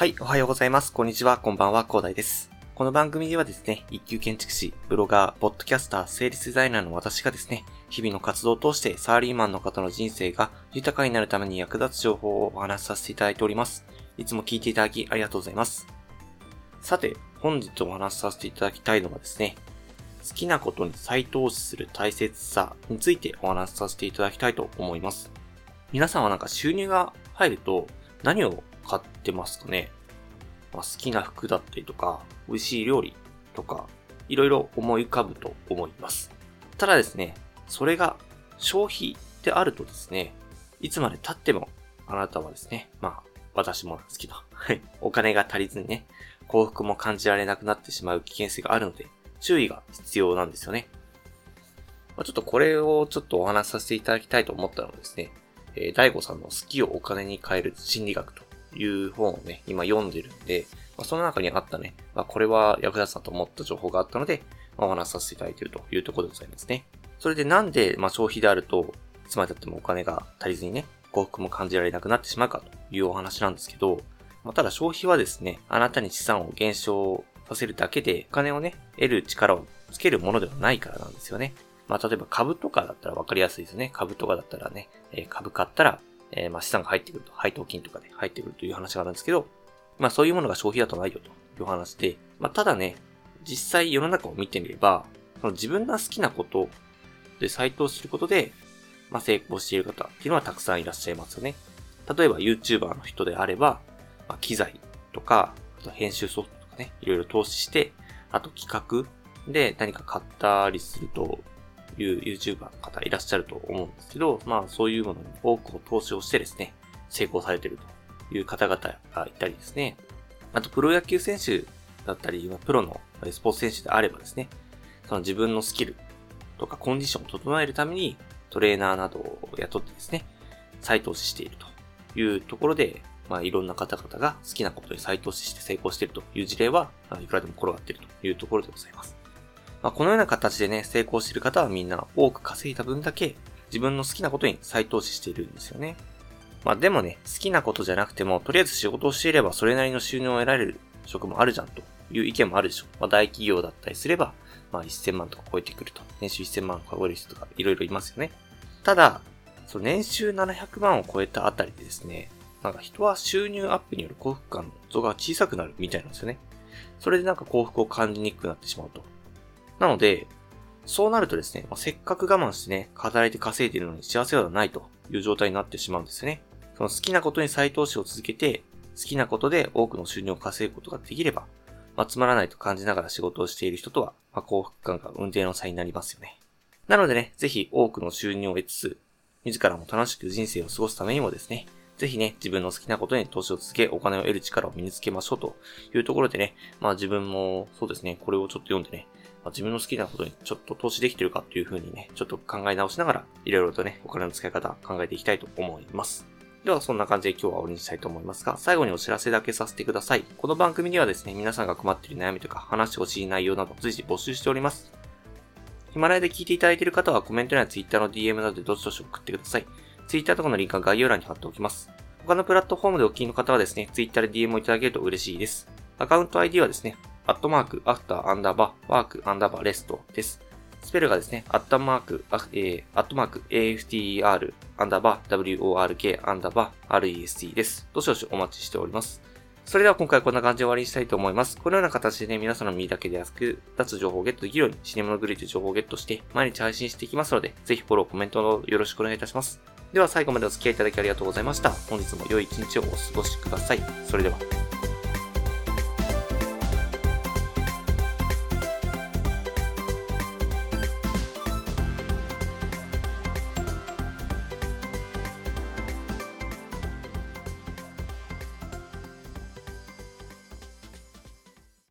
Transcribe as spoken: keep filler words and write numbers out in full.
はい、おはようございます。こんにちは、こんばんは、広大です。この番組ではですね、一級建築士、ブロガー、ポッドキャスター、セールスデザイナーの私がですね、日々の活動を通してサラリーマンの方の人生が豊かになるために役立つ情報をお話しさせていただいております。いつも聞いていただきありがとうございます。さて、本日お話しさせていただきたいのはですね、好きなことに再投資する大切さについてお話しさせていただきたいと思います。皆さんはなんか収入が入ると何を買ってますかね。まあ、好きな服だったりとか、美味しい料理とか、いろいろ思い浮かぶと思います。ただですね、それが消費であるとですね、いつまで経ってもあなたはですね、まあ私もなんですけど、お金が足りずにね、幸福も感じられなくなってしまう危険性があるので、注意が必要なんですよね。まあ、ちょっとこれをちょっとお話しさせていただきたいと思ったのはですね、えー、大悟さんの好きをお金に変える心理学という本をね、今読んでるんで、まあ、その中にあったね、まあ、これは役立つなと思った情報があったので、まあ、お話しさせていただいているというところでございますね。それでなんで、まあ、消費であると、いつまで経ってもお金が足りずにね、幸福も感じられなくなってしまうかというお話なんですけど、まあ、ただ消費はですね、あなたに資産を減少させるだけで、お金をね、得る力をつけるものではないからなんですよね。まあ、例えば株とかだったら分かりやすいですね。株とかだったらね、えー、株買ったら、えー、まあ資産が入ってくると、配当金とかで入ってくるという話があるんですけど、まあそういうものが消費だとないよという話で、まあただね、実際世の中を見てみれば、その自分が好きなことで再投資することで、まあ成功している方っていうのはたくさんいらっしゃいますよね。例えば YouTuber の人であれば、まあ、機材とか、あと編集ソフトとかね、いろいろ投資して、あと企画で何か買ったりすると、いう YouTuber の方いらっしゃると思うんですけど、まあそういうものに多くを投資をしてですね、成功されているという方々がいたりですね。あとプロ野球選手だったり、プロのスポーツ選手であればですね、その自分のスキルとかコンディションを整えるためにトレーナーなどを雇ってですね、再投資しているというところで、まあいろんな方々が好きなことに再投資して成功しているという事例はいくらでも転がっているというところでございます。まあ、このような形でね、成功している方はみんな多く稼いだ分だけ自分の好きなことに再投資しているんですよね。まあでもね、好きなことじゃなくても、とりあえず仕事をしていればそれなりの収入を得られる職もあるじゃんという意見もあるでしょう。まあ大企業だったりすれば、まあせんまんとか超えてくると。年収せんまんを超える人とかいろいろいますよね。ただ、その年収ななひゃくまんを超えたあたりでですね、なんか人は収入アップによる幸福感の増が小さくなるみたいなんですよね。それでなんか幸福を感じにくくなってしまうと。なので、そうなるとですね、まあ、せっかく我慢してね、働いて稼いでいるのに幸せではないという状態になってしまうんですよね。その好きなことに再投資を続けて、好きなことで多くの収入を稼ぐことができれば、まあ、つまらないと感じながら仕事をしている人とは、まあ、幸福感が運転の差になりますよね。なのでね、ぜひ多くの収入を得つつ、自らも楽しく人生を過ごすためにもですね、ぜひね、自分の好きなことに投資を続け、お金を得る力を身につけましょうというところでね、まあ自分もそうですね、これをちょっと読んでね、まあ、自分の好きなことにちょっと投資できてるかっていう風にね、ちょっと考え直しながら、いろいろとね、お金の使い方考えていきたいと思います。ではそんな感じで今日は終わりにしたいと思いますが、最後にお知らせだけさせてください。この番組ではですね、皆さんが困っている悩みとか話してほしい内容など随時募集しております。ヒマラヤで聞いていただいている方はコメントや Twitter の ディーエム などでどしどし送ってください。Twitter とかのリンクは概要欄に貼っておきます。他のプラットフォームでお聞きの方はですね、Twitter で ディーエム をいただけると嬉しいです。アカウント アイディー はですね、アットマーク、アフター、アンダーバー、ワーク、アンダーバー、レストです。スペルがですね、アットマーク、あえー、アットマーク、エーエフティーアール、アンダーバー、ダブリューオーアールケー、アンダーバー、アールイーエスティー です。どしどしお待ちしております。それでは今回こんな感じで終わりにしたいと思います。このような形でね、皆さんの耳だけで役立つ情報をゲットできるように、シネモノグリという情報をゲットして、毎日配信していきますので、ぜひフォロー、コメントをよろしくお願いいたします。では最後までお付き合いいただきありがとうございました。本日も良い一日をお過ごしください。それでは。